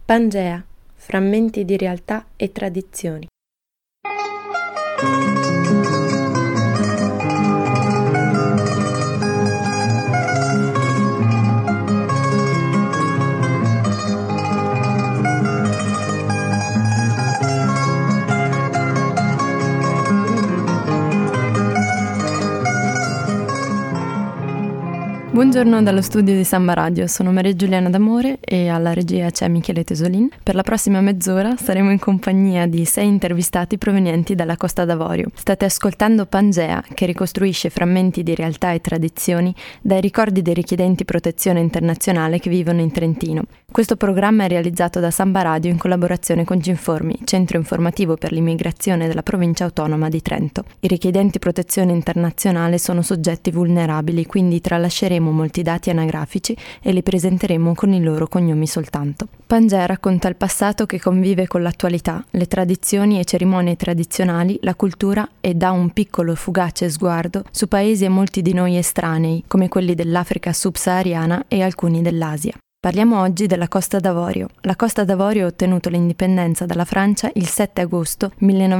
Pangea, frammenti di realtà e tradizioni. Buongiorno dallo studio di Samba Radio, sono Maria Giuliana D'Amore e alla regia c'è Michele Tesolin. Per la prossima mezz'ora saremo in compagnia di 6 intervistati provenienti dalla Costa d'Avorio. State ascoltando Pangea, che ricostruisce frammenti di realtà e tradizioni dai ricordi dei richiedenti protezione internazionale che vivono in Trentino. Questo programma è realizzato da Samba Radio in collaborazione con Cinformi, centro informativo per l'immigrazione della provincia autonoma di Trento. I richiedenti protezione internazionale sono soggetti vulnerabili, quindi tralasceremo molti dati anagrafici e li presenteremo con i loro cognomi soltanto. Pangea racconta il passato che convive con l'attualità, le tradizioni e cerimonie tradizionali, la cultura e dà un piccolo fugace sguardo su paesi a molti di noi estranei, come quelli dell'Africa subsahariana e alcuni dell'Asia. Parliamo oggi della Costa d'Avorio. La Costa d'Avorio ha ottenuto l'indipendenza dalla Francia il 7 agosto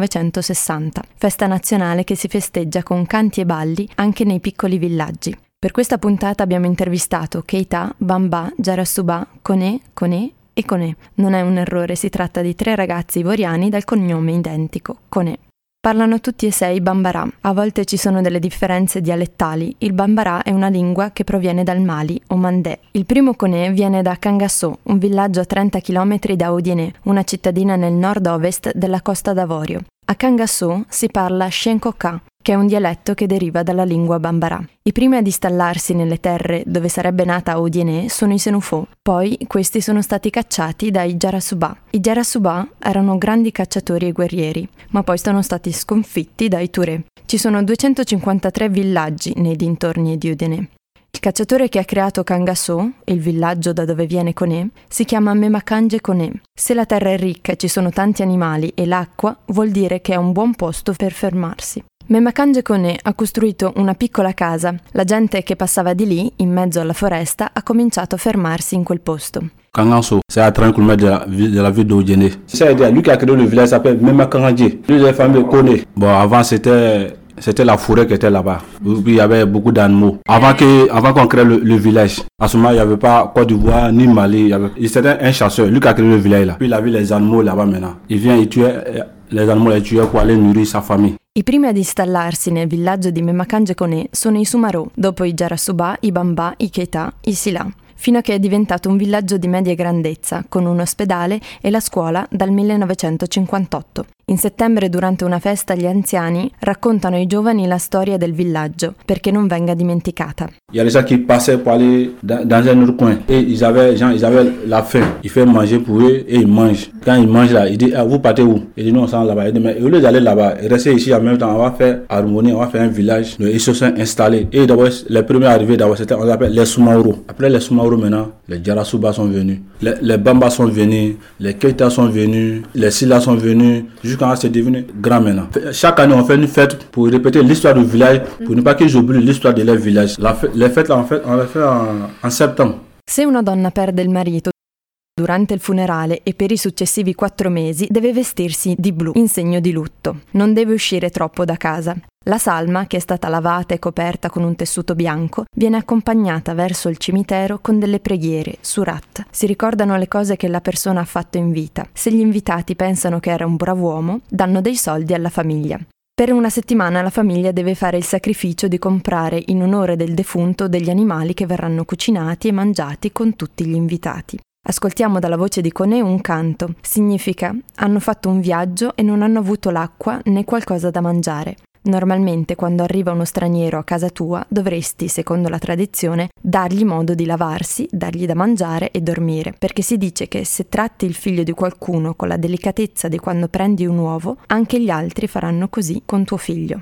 1960, festa nazionale che si festeggia con canti e balli anche nei piccoli villaggi. Per questa puntata abbiamo intervistato Keita, Bamba, Jarasuba, Kone e Kone. Non è un errore, si tratta di 3 ragazzi ivoriani dal cognome identico, Kone. Parlano tutti e 6 Bambara. A volte ci sono delle differenze dialettali. Il Bambara è una lingua che proviene dal Mali o Mandé. Il primo Kone viene da Kangasso, un villaggio a 30 km da Odienné, una cittadina nel nord-ovest della Costa d'Avorio. A Kangasso si parla Shenkoka, che è un dialetto che deriva dalla lingua Bambara. I primi ad installarsi nelle terre dove sarebbe nata Odienné sono i Senufo, poi questi sono stati cacciati dai Jarasuba. I Jarasuba erano grandi cacciatori e guerrieri, ma poi sono stati sconfitti dai Touré. Ci sono 253 villaggi nei dintorni di Odienné. Il cacciatore che ha creato Kangasso, il villaggio da dove viene Kone, si chiama Memakanje Kone. Se la terra è ricca e ci sono tanti animali e l'acqua, vuol dire che è un buon posto per fermarsi. Memakanje Kone ha costruito una piccola casa. La gente che passava di lì, in mezzo alla foresta, ha cominciato a fermarsi in quel posto. Kangasso, c'est à 30 km de la ville d'Odienné. C'est lui qui a créé le village, s'appelle Memakanje. Lui, les familles Kone. Bon, avant, c'était la forêt qui était là-bas. Il y avait beaucoup d'animaux. Avant qu'on crée le village, à ce moment, il n'y avait pas Côte d'Ivoire ni Mali. C'était un chasseur, lui qui a créé le village là. Puis il avait les animaux là-bas maintenant. Il vient, il tuait les animaux, les tuait pour aller nourrir sa famille. I primi ad installarsi nel villaggio di Memakanje Kone sono i Sumaro, dopo i Jarasuba, i Bamba, i Keita, i Sila, fino a che è diventato un villaggio di media grandezza, con un ospedale e la scuola dal 1958. In settembre, durante una festa, gli anziani raccontano ai giovani la storia del villaggio, perché non venga dimenticata. Il y a des gens qui passaient pour aller dans un autre coin et ils avaient la faim. Ils font manger pour eux et ils mangent. Quand ils mangent là, ils disent vous partez où? Ils disent non, on s'en va là-bas. Ils disent mais au lieu d'aller là-bas, rester ici en même temps, on va faire harmonie, on va faire un village. Ils se sont installés. Et d'abord, les premiers arrivés d'abord, c'était, on les appelle les Soumaoro. Après les Soumaoro maintenant, les Jarasuba sont venus, les Bamba sont venus, les Keita sont venus, les Sila sont venus, jusqu'à c'est devenu grand maintenant. Chaque année, on fait une fête pour répéter l'histoire du village, pour ne pas qu'ils oublient l'histoire de leur village. Les fêtes là, on les fait en septembre. Se una donna perde il marito durante il funerale e per i successivi 4 mesi deve vestirsi di blu in segno di lutto. Non deve uscire troppo da casa. La salma, che è stata lavata e coperta con un tessuto bianco, viene accompagnata verso il cimitero con delle preghiere, surat. Si ricordano le cose che la persona ha fatto in vita. Se gli invitati pensano che era un brav'uomo, danno dei soldi alla famiglia. Per una settimana la famiglia deve fare il sacrificio di comprare in onore del defunto degli animali che verranno cucinati e mangiati con tutti gli invitati. Ascoltiamo dalla voce di Kone un canto. Significa: hanno fatto un viaggio e non hanno avuto l'acqua né qualcosa da mangiare. Normalmente quando arriva uno straniero a casa tua dovresti, secondo la tradizione, dargli modo di lavarsi, dargli da mangiare e dormire, perché si dice che se tratti il figlio di qualcuno con la delicatezza di quando prendi un uovo, anche gli altri faranno così con tuo figlio.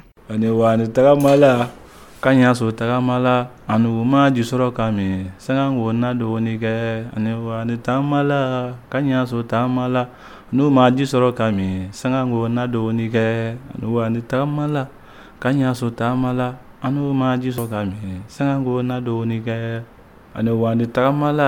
Kanyaso tagamala anuma jisoro kami sangang wona donike anewa tamala kanyaso tamala numa jisoro kami sangang wona donike anewa tamala kanyaso tamala anuma jisoro kami sangang wona donike anewa tamala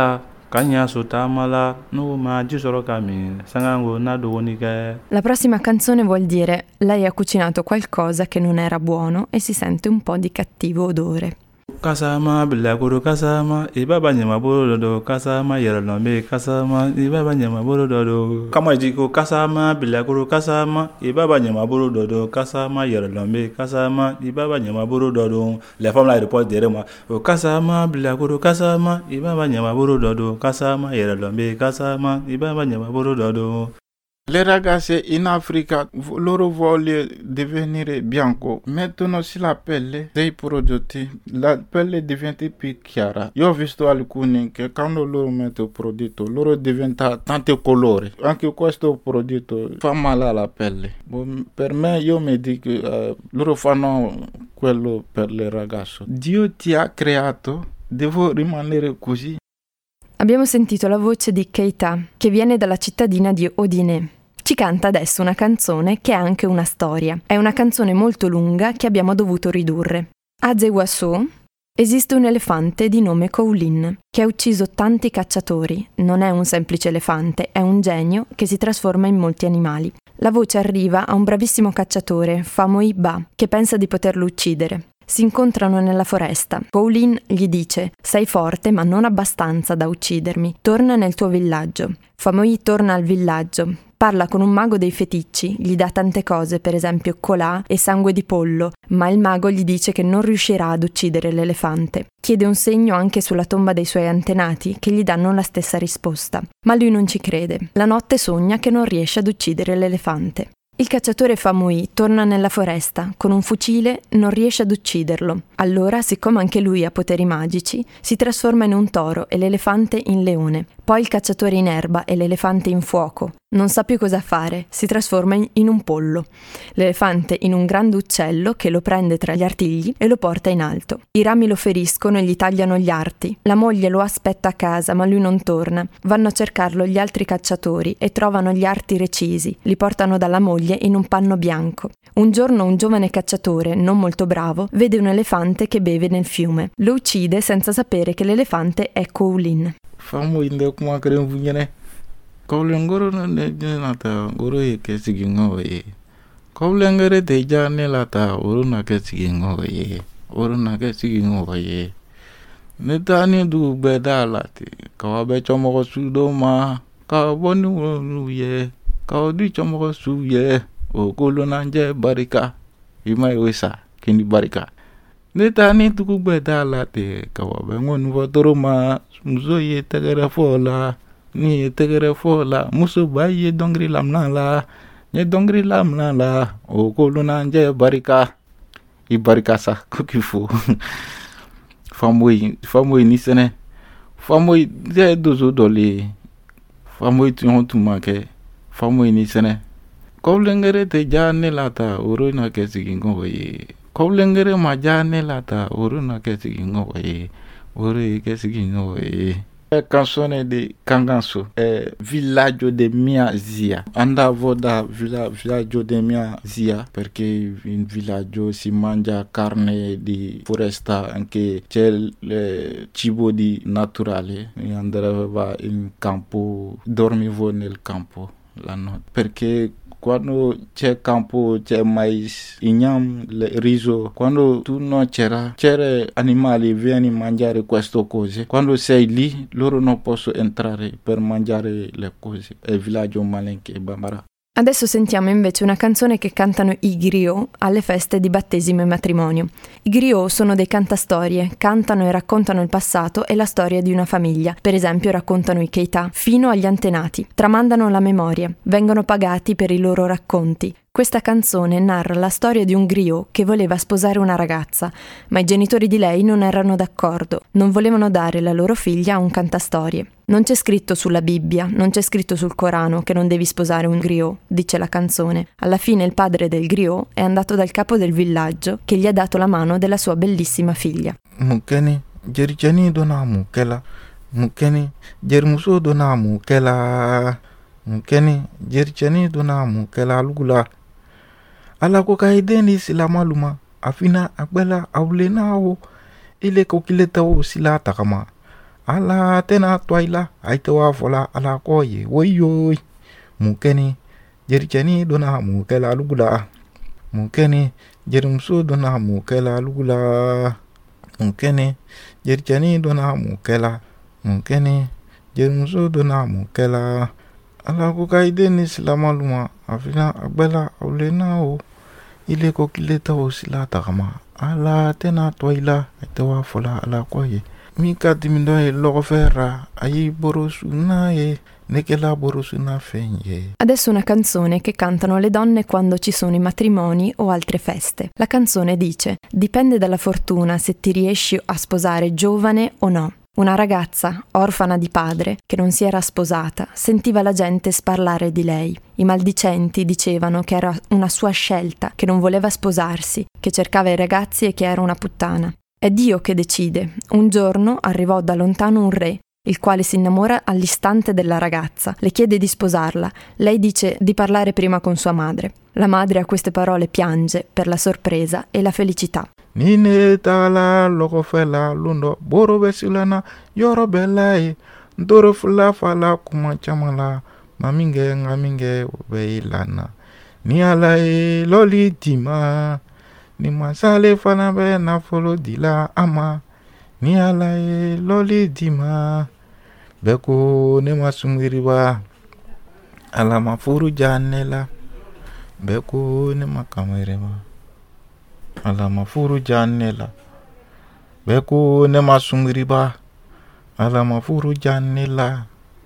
La prossima canzone vuol dire lei ha cucinato qualcosa che non era buono e si sente un po' di cattivo odore. Kasama bilakuru kasama ibaba nyama borodo kasama yeralombe kasama ibaba nyama borodo kama jiko kasama bilakuru kasama ibaba nyama borodo kasama yeralombe kasama ibaba nyama borodo. Les femmes là répondent derrière moi kasama bilakuru kasama ibaba nyama borodo kasama yeralombe kasama ibaba nyama borodo. Les ragazzi in Africa, loro vogliono divenire bianco, mettono sulla pelle dei prodotti, la pelle diventa più chiara. Io ho visto alcuni che quando loro mettono il prodotto, loro diventa tanti colori. Anche questo prodotto fa male alla pelle. Per me, io mi dico, loro fanno quello per le ragazze. Dio ti ha creato, devo rimanere così. Abbiamo sentito la voce di Keita, che viene dalla cittadina di Odiné. Ci canta adesso una canzone che ha anche una storia. È una canzone molto lunga che abbiamo dovuto ridurre. A Zewaso esiste un elefante di nome Koulin che ha ucciso tanti cacciatori. Non è un semplice elefante, è un genio che si trasforma in molti animali. La voce arriva a un bravissimo cacciatore, Famoi Ba, che pensa di poterlo uccidere. Si incontrano nella foresta. Koulin gli dice: sei forte ma non abbastanza da uccidermi, torna nel tuo villaggio. Famoi torna al villaggio, parla con un mago dei feticci, gli dà tante cose, per esempio colà e sangue di pollo, ma il mago gli dice che non riuscirà ad uccidere l'elefante. Chiede un segno anche sulla tomba dei suoi antenati, che gli danno la stessa risposta, ma lui non ci crede. La notte sogna che non riesce ad uccidere l'elefante. Il cacciatore Famui torna nella foresta, con un fucile non riesce ad ucciderlo. Allora, siccome anche lui ha poteri magici, si trasforma in un toro e l'elefante in leone. Poi il cacciatore in erba e l'elefante in fuoco. Non sa più cosa fare, si trasforma in un pollo. L'elefante in un grande uccello che lo prende tra gli artigli e lo porta in alto. I rami lo feriscono e gli tagliano gli arti. La moglie lo aspetta a casa, ma lui non torna. Vanno a cercarlo gli altri cacciatori e trovano gli arti recisi. Li portano dalla moglie in un panno bianco. Un giorno un giovane cacciatore, non molto bravo, vede un elefante che beve nel fiume. Lo uccide senza sapere che l'elefante è Koulin. Famui inde kuma kare mbunyene. Kaulengoro ne nata goro e ke sigingo e. Kaulengere te jane lata oruna ke sigingo e. Oruna ke sigingo e. Ne tani du bedalati. Kawabe chomo sudo ma. Kawonu nuye. Kawdi chomo suye. O kolonanje barika. Imai wesa kini barika. Ne tani tuku bedalati. Kawabe ngonu votoroma. Muso ye tegere fola. Ni ye tegere fola. Muso ba ye dongri lamna la. Nye dongri lamna la. O kolonanje barika. I barika sa kukifu. Famoi ni sene. Famoi ze dozo doli. Famoi tu make. Famoi ni sene. Kaulengere te jane lata oro na ke sigingo ye. Kaulengere ma jane lata oro na ke sigingo ye. Ore ke sigingo ye. La canzone di Kanganso è Villaggio de mia zia. Andavo da villaggio de mia zia perché in villaggio si mangia carne di foresta, anche c'è il cibo di naturale. E andavo in campo, dormivo nel campo la notte perché quando c'è campo c'è mais, ignam, riso. Quando tu non c'era animali vieni a mangiare queste cose. Quando sei lì loro non possono entrare per mangiare le cose. È il villaggio Malenche e Bambara. Adesso sentiamo invece una canzone che cantano i griot alle feste di battesimo e matrimonio. I griot sono dei cantastorie, cantano e raccontano il passato e la storia di una famiglia. Per esempio raccontano i Keita fino agli antenati, tramandano la memoria, vengono pagati per i loro racconti. Questa canzone narra la storia di un griot che voleva sposare una ragazza, ma i genitori di lei non erano d'accordo, non volevano dare la loro figlia a un cantastorie. Non c'è scritto sulla Bibbia, non c'è scritto sul Corano che non devi sposare un griot, dice la canzone. Alla fine il padre del griot è andato dal capo del villaggio che gli ha dato la mano della sua bellissima figlia. Mukeni, jerjani donamu kela. Mukeni, jermuso donamu kela. Mukeni, jerjani donamu kela lugula. Ala ko kaideni sila maluma afina agbela awlenao ile ko kileta o sila takama ala tena twaila aitawa fola ala koye woyoy mukeni jerikeni dona mukela lugula mukeni jerimso dona mukela lugula mukeni jerikeni dona mukela mukeni jerimso dona mukela ala ko kaide ni silama luma afina agbela aulena o ile ko kileta o silata kama ala tena twaila aitawa fola ala koye Mika timindo e logo ferra, ai borosuna e nekela borosuna feglie. Adesso una canzone che cantano le donne quando ci sono i matrimoni o altre feste. La canzone dice: dipende dalla fortuna se ti riesci a sposare giovane o no. Una ragazza, orfana di padre, che non si era sposata, sentiva la gente sparlare di lei. I maldicenti dicevano che era una sua scelta, che non voleva sposarsi, che cercava i ragazzi e che era una puttana. È Dio che decide. Un giorno arrivò da lontano un re, il quale si innamora all'istante della ragazza. Le chiede di sposarla. Lei dice di parlare prima con sua madre. La madre a queste parole piange per la sorpresa e la felicità. Nine tala logo fela lundo boro besilana yoro belai ndoro fula fala kuma chamala maminge ngaminge beilana ni alai loli tima ni masale fana be na folo dila ama ni alai loli dima beko ne masungiriba ala mafuru janela beko ne makamerema ala mafuru janela beko ne masungiriba ala mafuru janela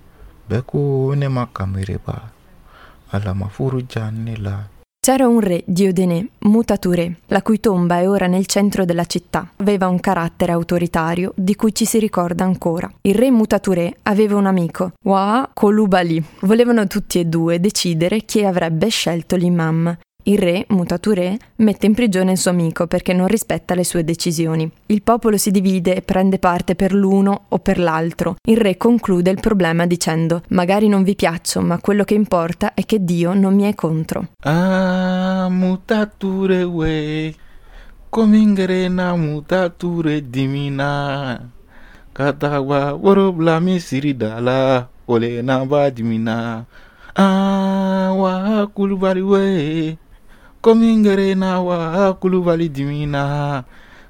beko ne makamereba ala mafuru janela. C'era un re, Dieudonné, Mutature, la cui tomba è ora nel centro della città. Aveva un carattere autoritario di cui ci si ricorda ancora. Il re Mutature aveva un amico, Waa Coulibaly. Volevano tutti e due decidere chi avrebbe scelto l'imam. Il re, Mutature, mette in prigione il suo amico perché non rispetta le sue decisioni. Il popolo si divide e prende parte per l'uno o per l'altro. Il re conclude il problema dicendo: magari non vi piaccio, ma quello che importa è che Dio non mi è contro. Ah, Mutature we, comingerena Mutature dimina, katawa woroblami siridala, olena ba dimina. Ah, Waa Coulibaly we, comingerena Waa Coulibaly dimina,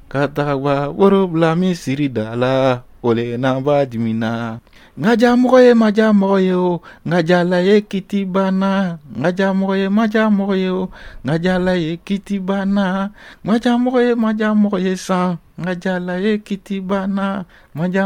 katawa woroblami siridala, olena ba dimina. Ngaja moye o, ngaja la ye kitibana, ngaja moye o, ngaja la ye kitibana, ngaja moye san, ngaja la ye kitibana, ngaja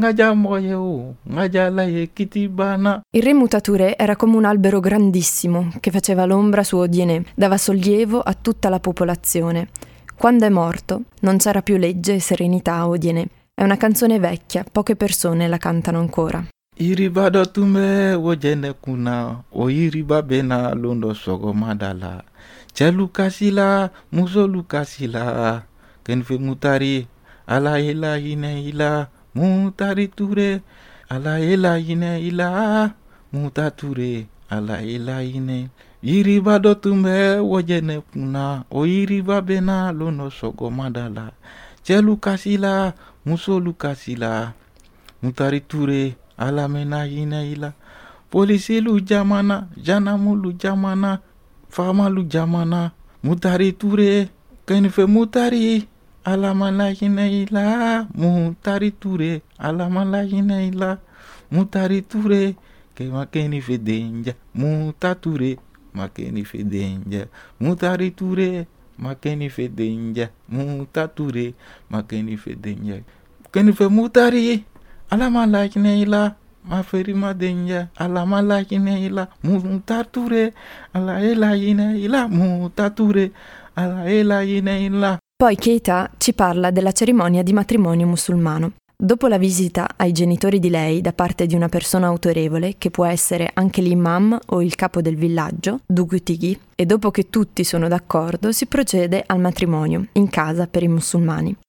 moye o, ngaja la ye kitibana. Il re Mutature era come un albero grandissimo che faceva l'ombra su Dieudonné, dava sollievo a tutta la popolazione. Quando è morto non c'era più legge e serenità a Dieudonné. È una canzone vecchia, poche persone la cantano ancora. Iriba do tume wojene kuna, o iriba bena londo sogo madala. C'è Lucasila, muso Lucasila, kenfe mutari, ala ila ine ila, mutari ture, ala ila ine ila, mutature, ala ila ine. Iriba do tume wojene kuna, o iriba bena londo sogo madala. C'è Lucasila, muso Lucasila, mutari ture, ala mena ina ila. Polisi lu jamana, janamu lu jamana, fama lu jamana, mutari ture, kenfe mutari, ala mala ina ila, mutari ture, ala mala ina ila, mutari ture, ke makeni fedenja, mutature, makeni fedenja, mutari ture, makeni fedenja, mutature, makeni fedenja. Kenfe mutari, ala mala ina ila, ma ferima denja, ala mala ina ila, mutature, ala ela ina ila, mutature, ala ela ina ila. Poi Keita ci parla della cerimonia di matrimonio musulmano. Dopo la visita ai genitori di lei da parte di una persona autorevole, che può essere anche l'imam o il capo del villaggio, Dugutigi, e dopo che tutti sono d'accordo, si procede al matrimonio, in casa per i musulmani.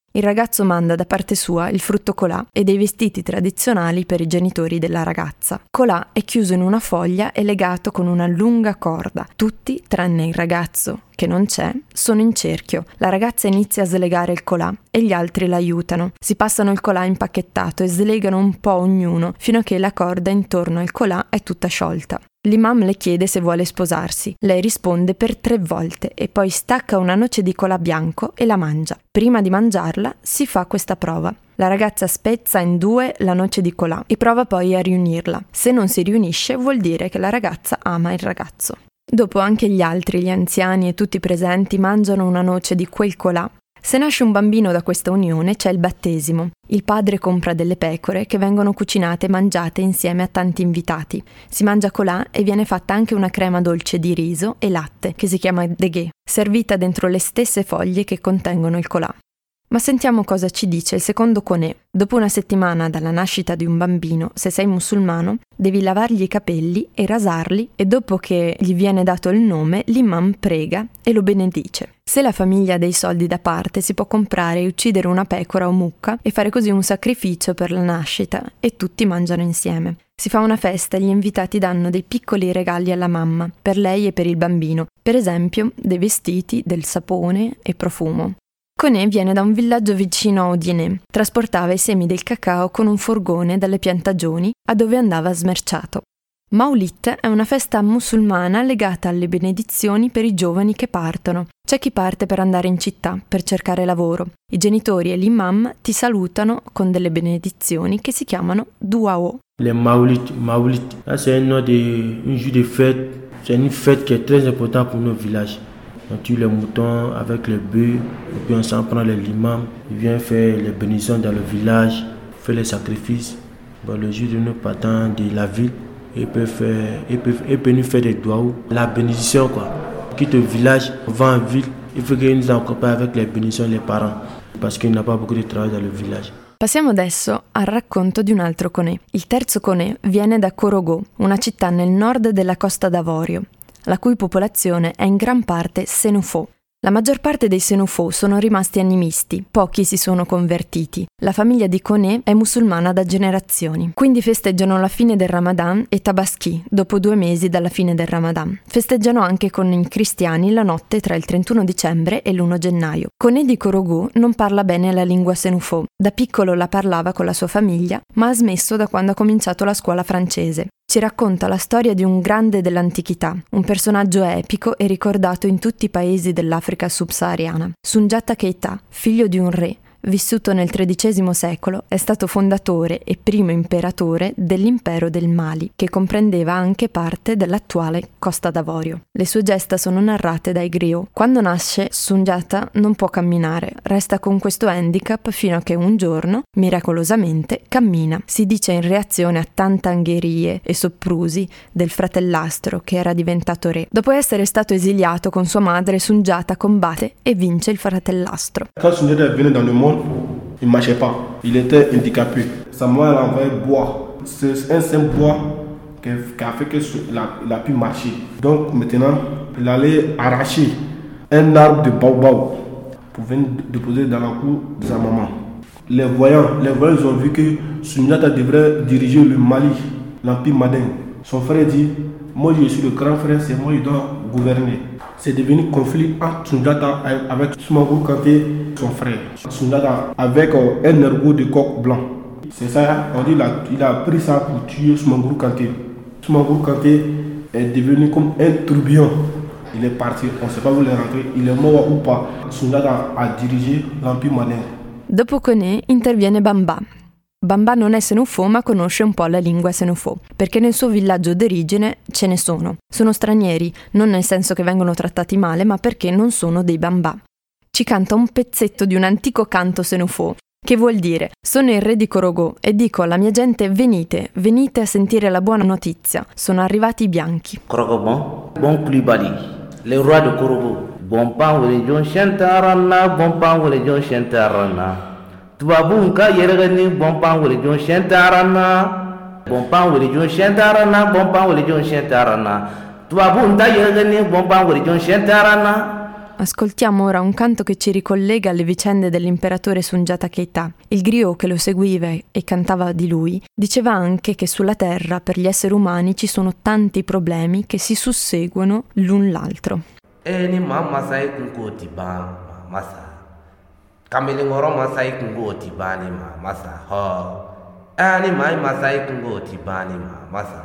Il ragazzo manda da parte sua il frutto colà e dei vestiti tradizionali per i genitori della ragazza. Colà è chiuso in una foglia e legato con una lunga corda. Tutti, tranne il ragazzo, che non c'è, sono in cerchio. La ragazza inizia a slegare il colà e gli altri l'aiutano. Si passano il colà impacchettato e slegano un po' ognuno fino a che la corda intorno al colà è tutta sciolta. L'imam le chiede se vuole sposarsi. Lei risponde per 3 volte e poi stacca una noce di colà bianco e la mangia. Prima di mangiarla si fa questa prova. La ragazza spezza in 2 la noce di colà e prova poi a riunirla. Se non si riunisce vuol dire che la ragazza ama il ragazzo. Dopo anche gli altri, gli anziani e tutti i presenti mangiano una noce di quel colà. Se nasce un bambino da questa unione c'è il battesimo. Il padre compra delle pecore che vengono cucinate e mangiate insieme a tanti invitati. Si mangia colà e viene fatta anche una crema dolce di riso e latte che si chiama deghè, servita dentro le stesse foglie che contengono il colà. Ma sentiamo cosa ci dice il secondo conè. Dopo una settimana dalla nascita di un bambino, se sei musulmano, devi lavargli i capelli e rasarli e dopo che gli viene dato il nome, l'imam prega e lo benedice. Se la famiglia ha dei soldi da parte, si può comprare e uccidere una pecora o mucca e fare così un sacrificio per la nascita e tutti mangiano insieme. Si fa una festa e gli invitati danno dei piccoli regali alla mamma, per lei e per il bambino, per esempio dei vestiti, del sapone e profumo. Conè viene da un villaggio vicino a Odienè. Trasportava i semi del cacao con un furgone dalle piantagioni a dove andava smerciato. Maulit è una festa musulmana legata alle benedizioni per i giovani che partono. C'è chi parte per andare in città, per cercare lavoro. I genitori e l'imam ti salutano con delle benedizioni che si chiamano duao. Les Maulit, là c'est un nom un jour de fête. C'est une fête qui est très importante pour nos villages. On tue les moutons avec les bœufs, et puis on s'en prend l'imam, il vient faire les bénédictions dans le village, faire les sacrifices. Le jour de nous partons de la ville, il peut nous faire des doigts, la bénédiction quoi. On quitte le village, on va en ville, il faut qu'il nous accompagne avec les bénédictions les parents, parce qu'il n'a pas beaucoup de travail dans le village. Passiamo adesso al racconto di un altro conè. Il terzo conè viene da Korogò, una città nel nord della Costa d'Avorio, la cui popolazione è in gran parte Senufò. La maggior parte dei Senufò sono rimasti animisti, pochi si sono convertiti. La famiglia di Conè è musulmana da generazioni, quindi festeggiano la fine del Ramadan e Tabaski, dopo 2 mesi dalla fine del Ramadan. Festeggiano anche con i cristiani la notte tra il 31 dicembre e l'1 gennaio. Conè di Korogò non parla bene la lingua Senufò. Da piccolo la parlava con la sua famiglia, ma ha smesso da quando ha cominciato la scuola francese. Ci racconta la storia di un grande dell'antichità, un personaggio epico e ricordato in tutti i paesi dell'Africa subsahariana. Sundiata Keita, figlio di un re, vissuto nel XIII secolo, è stato fondatore e primo imperatore dell'impero del Mali, che comprendeva anche parte dell'attuale Costa d'Avorio. Le sue gesta sono narrate dai griot. Quando nasce, Sundiata non può camminare, resta con questo handicap fino a che un giorno, miracolosamente, cammina. Si dice in reazione a tante angherie e soprusi del fratellastro che era diventato re. Dopo essere stato esiliato con sua madre, Sundiata combatte e vince il fratellastro. Quand Sundiata est venu dans le monde, il ne marchait pas, il était handicapé. Sa mère l'a envoyé bois. C'est un simple bois qui a fait qu'il a pu marcher. Donc maintenant, il allait arracher un arbre de baobab pour venir déposer dans la cour de sa maman. Les voyants ont vu que Sundiata devrait diriger le Mali, l'Empire Madin. Son frère dit, moi je suis le grand frère, c'est moi qui dois gouverner. C'est devenu conflit entre Sundiata avec Soumaoro Kanté, son frère. Sundiata avec un ergot de coq blanc. C'est ça, on dit il a pris ça pour tuer Soumaoro Kanté. Soumaoro Kanté est devenu comme un tourbillon. Il est parti, on ne sait pas où il est rentré, il est mort ou pas. Sundiata a dirigé l'Empire Madin. Dopo Conè interviene Bamba. Bamba non è Senufò ma conosce un po' la lingua Senufò, perché nel suo villaggio d'origine ce ne sono. Sono stranieri, non nel senso che vengono trattati male, ma perché non sono dei Bamba. Ci canta un pezzetto di un antico canto Senufò, che vuol dire: sono il re di Korogò e dico alla mia gente venite a sentire la buona notizia, sono arrivati i bianchi. Korogò, bon Koulibaly, le roi de Korogò, bon pan wele jon shantarana, bon pan wele jon shantarana. Tubabun ka yergani bon pan wele jon shantarana, bon pan wele jon shantarana, bon pan wele jon shantarana. Tubabun ta yergani bon pan wele jon shantarana. ascoltiamo ora un canto che ci ricollega alle vicende dell'imperatore Sundiata Keita. Il griot che lo seguiva e cantava di lui diceva anche che sulla terra per gli esseri umani ci sono tanti problemi che si susseguono l'un l'altro. Ni mama sai kungo tiba masa. Kamele ngoro masai kungo tiba ni masa. Ho. Ni mai masai kungo tiba ni masa.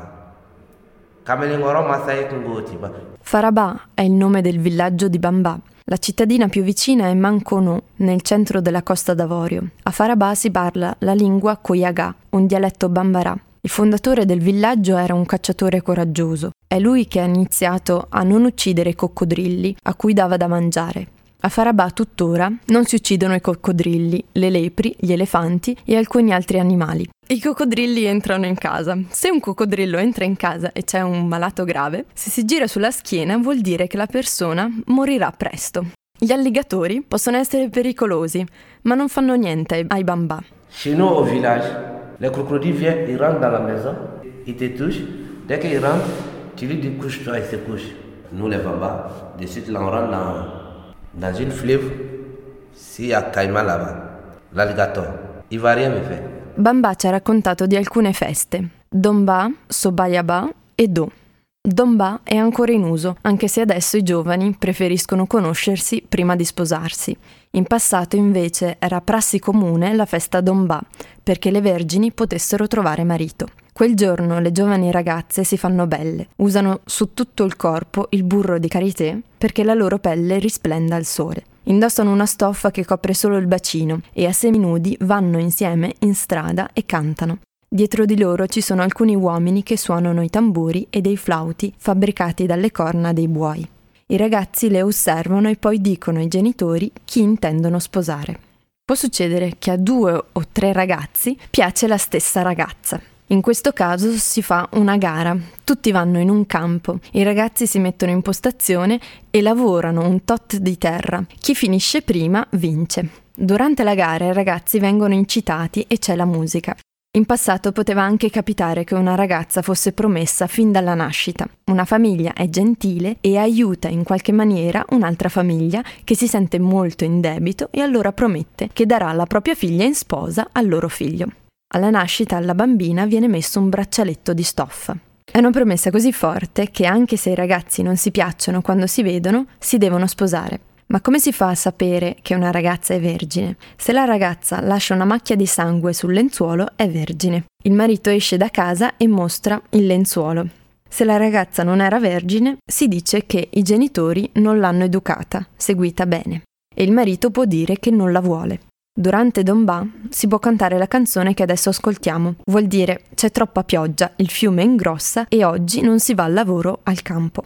Faraba è il nome del villaggio di Bamba. La cittadina più vicina è Mankono, nel centro della Costa d'Avorio. A Faraba si parla la lingua Koyaga, un dialetto bambara. Il fondatore del villaggio era un cacciatore coraggioso. È lui che ha iniziato a non uccidere i coccodrilli a cui dava da mangiare. A Faraba tuttora non si uccidono i coccodrilli, le lepri, gli elefanti e alcuni altri animali. I coccodrilli entrano in casa. Se un coccodrillo entra in casa e c'è un malato grave, se si gira sulla schiena vuol dire che la persona morirà presto. Gli alligatori possono essere pericolosi, ma non fanno niente ai bambà. Chez nous au village, les crocodiles viennent, ils rentrent dans la maison, ils te touchent. Dès qu'ils rentrent, tu lui dis couche-toi, il se couche. Nous les bambas, de suite là on rentre dans une fleuve, s'il y a caïman là-bas, l'alligator, il va rien me faire. Bamba ci ha raccontato di alcune feste, Domba, Sobayaba e Do. Domba è ancora in uso, anche se adesso i giovani preferiscono conoscersi prima di sposarsi. In passato invece era prassi comune la festa Domba, perché le vergini potessero trovare marito. Quel giorno le giovani ragazze si fanno belle, usano su tutto il corpo il burro di karité perché la loro pelle risplenda al sole. Indossano una stoffa che copre solo il bacino e a seminudi vanno insieme in strada e cantano. Dietro di loro ci sono alcuni uomini che suonano i tamburi e dei flauti fabbricati dalle corna dei buoi. I ragazzi le osservano e poi dicono ai genitori chi intendono sposare. Può succedere che a 2 o 3 ragazzi piace la stessa ragazza. In questo caso si fa una gara, tutti vanno in un campo, i ragazzi si mettono in postazione e lavorano un tot di terra. Chi finisce prima vince. Durante la gara i ragazzi vengono incitati e c'è la musica. In passato poteva anche capitare che una ragazza fosse promessa fin dalla nascita. Una famiglia è gentile e aiuta in qualche maniera un'altra famiglia che si sente molto in debito e allora promette che darà la propria figlia in sposa al loro figlio. Alla nascita alla bambina viene messo un braccialetto di stoffa. È una promessa così forte che anche se i ragazzi non si piacciono quando si vedono, si devono sposare. Ma come si fa a sapere che una ragazza è vergine? Se la ragazza lascia una macchia di sangue sul lenzuolo, è vergine. Il marito esce da casa e mostra il lenzuolo. Se la ragazza non era vergine, si dice che i genitori non l'hanno educata, seguita bene. E il marito può dire che non la vuole. Durante Domba si può cantare la canzone che adesso ascoltiamo. Vuol dire c'è troppa pioggia, il fiume ingrossa e oggi non si va al lavoro al campo.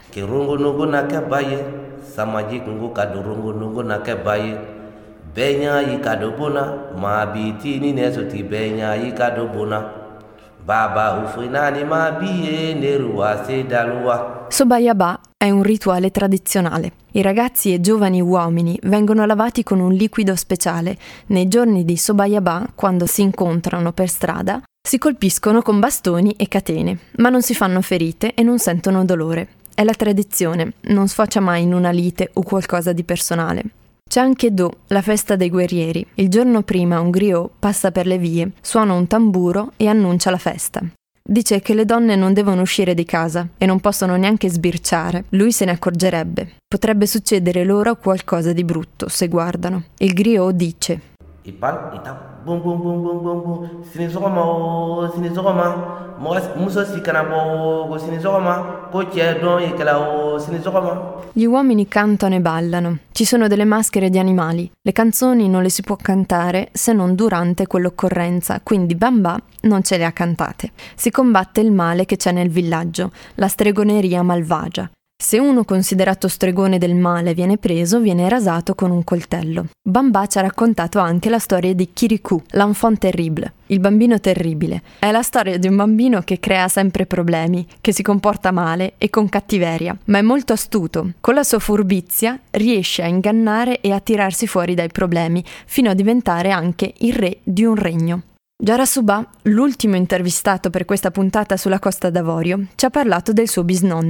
Sobayaba è un rituale tradizionale. I ragazzi e giovani uomini vengono lavati con un liquido speciale. Nei giorni di Sobayaba, quando si incontrano per strada, si colpiscono con bastoni e catene, ma non si fanno ferite e non sentono dolore. È la tradizione, non sfocia mai in una lite o qualcosa di personale. C'è anche Do, la festa dei guerrieri. Il giorno prima un griot passa per le vie, suona un tamburo e annuncia la festa. Dice che le donne non devono uscire di casa e non possono neanche sbirciare. Lui se ne accorgerebbe. Potrebbe succedere loro qualcosa di brutto se guardano. Il griot dice: Gli uomini cantano e ballano. Ci sono delle maschere di animali. Le canzoni non le si può cantare se non durante quell'occorrenza, quindi Bamba non ce le ha cantate. Si combatte il male che c'è nel villaggio, la stregoneria malvagia. Se uno considerato stregone del male viene preso, viene rasato con un coltello. Bamba ci ha raccontato anche la storia di Kirikou, l'enfant terrible, il bambino terribile. È la storia di un bambino che crea sempre problemi, che si comporta male e con cattiveria, ma è molto astuto. Con la sua furbizia riesce a ingannare e a tirarsi fuori dai problemi, fino a diventare anche il re di un regno. Jara Subah, l'ultimo intervistato per questa puntata sulla Costa d'Avorio, ci ha parlato del suo bisnonno.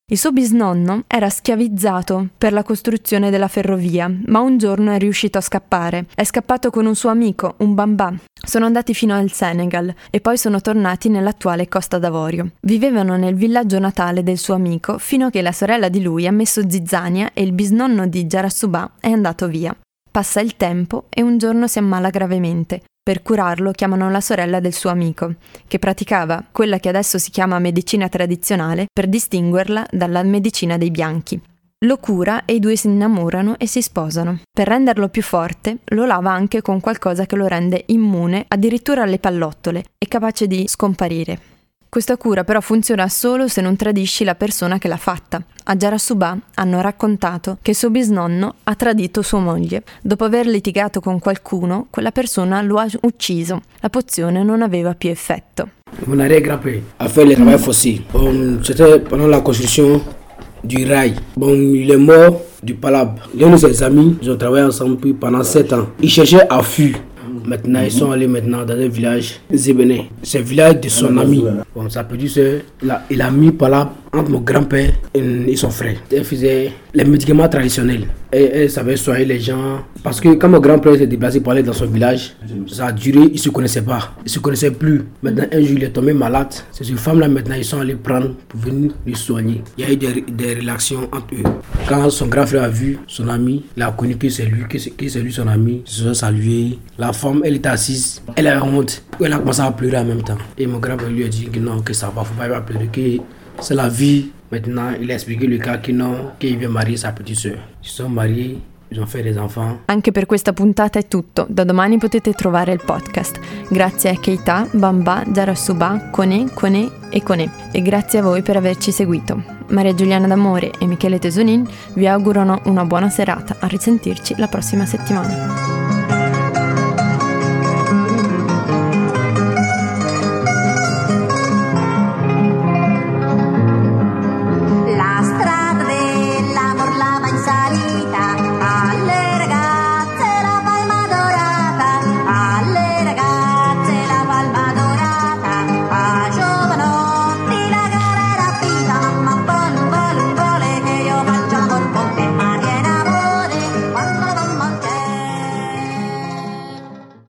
Il suo bisnonno era schiavizzato per la costruzione della ferrovia, ma un giorno è riuscito a scappare. È scappato con un suo amico, un bambà. Sono andati fino al Senegal e poi sono tornati nell'attuale Costa d'Avorio. Vivevano nel villaggio natale del suo amico fino a che la sorella di lui ha messo zizzania e il bisnonno di Jarasubà è andato via. Passa il tempo e un giorno si ammala gravemente. Per curarlo chiamano la sorella del suo amico, che praticava quella che adesso si chiama medicina tradizionale per distinguerla dalla medicina dei bianchi. Lo cura e i due si innamorano e si sposano. Per renderlo più forte, lo lava anche con qualcosa che lo rende immune addirittura alle pallottole e capace di scomparire. Questa cura però funziona solo se non tradisci la persona che l'ha fatta. A Jarasubà hanno raccontato che suo bisnonno ha tradito sua moglie. Dopo aver litigato con qualcuno, quella persona lo ha ucciso. La pozione non aveva più effetto. Mon arrière-grand-père a fait le travail fossile. C'était pendant la construction du rail. Il est mort du palabre. L'un de ses amis, ils ont travaillé ensemble pendant 7 ans. Ils cherchaient à fuir. Maintenant, ils sont allés dans un village Zébéné. C'est le village de son ami. Sa petite soeur, il a mis palabre entre mon grand-père et son frère. Elle faisait les médicaments traditionnels. Elle savait soigner les gens. Parce que quand mon grand-père s'est déplacé pour aller dans son village, ça a duré, ils ne se connaissaient pas. Ils ne se connaissaient plus. Maintenant, un jour, il est tombé malade. C'est cette femme-là, maintenant, ils sont allés prendre pour venir le soigner. Il y a eu des relations entre eux. Quand son grand frère a vu son ami, il a connu que c'est lui, son ami. Ils se sont salués. La femme, elle était assise. Elle avait honte. Elle a commencé à pleurer en même temps. Et mon grand-père lui a dit que non, que ça va, faut pas pleurer, que c'est la vie. Maintenant, il a expliqué le cas qu'il veut marier sa petite soeur. Ils sont mariés. Ils ont fait des enfants. Anche per questa puntata è tutto. Da domani potete trovare il podcast. Grazie a Keita, Bambà, Jarasubà, Kone e Kone. E grazie a voi per averci seguito. Maria Giuliana D'Amore e Michele Tesolin vi augurano una buona serata. A risentirci la prossima settimana.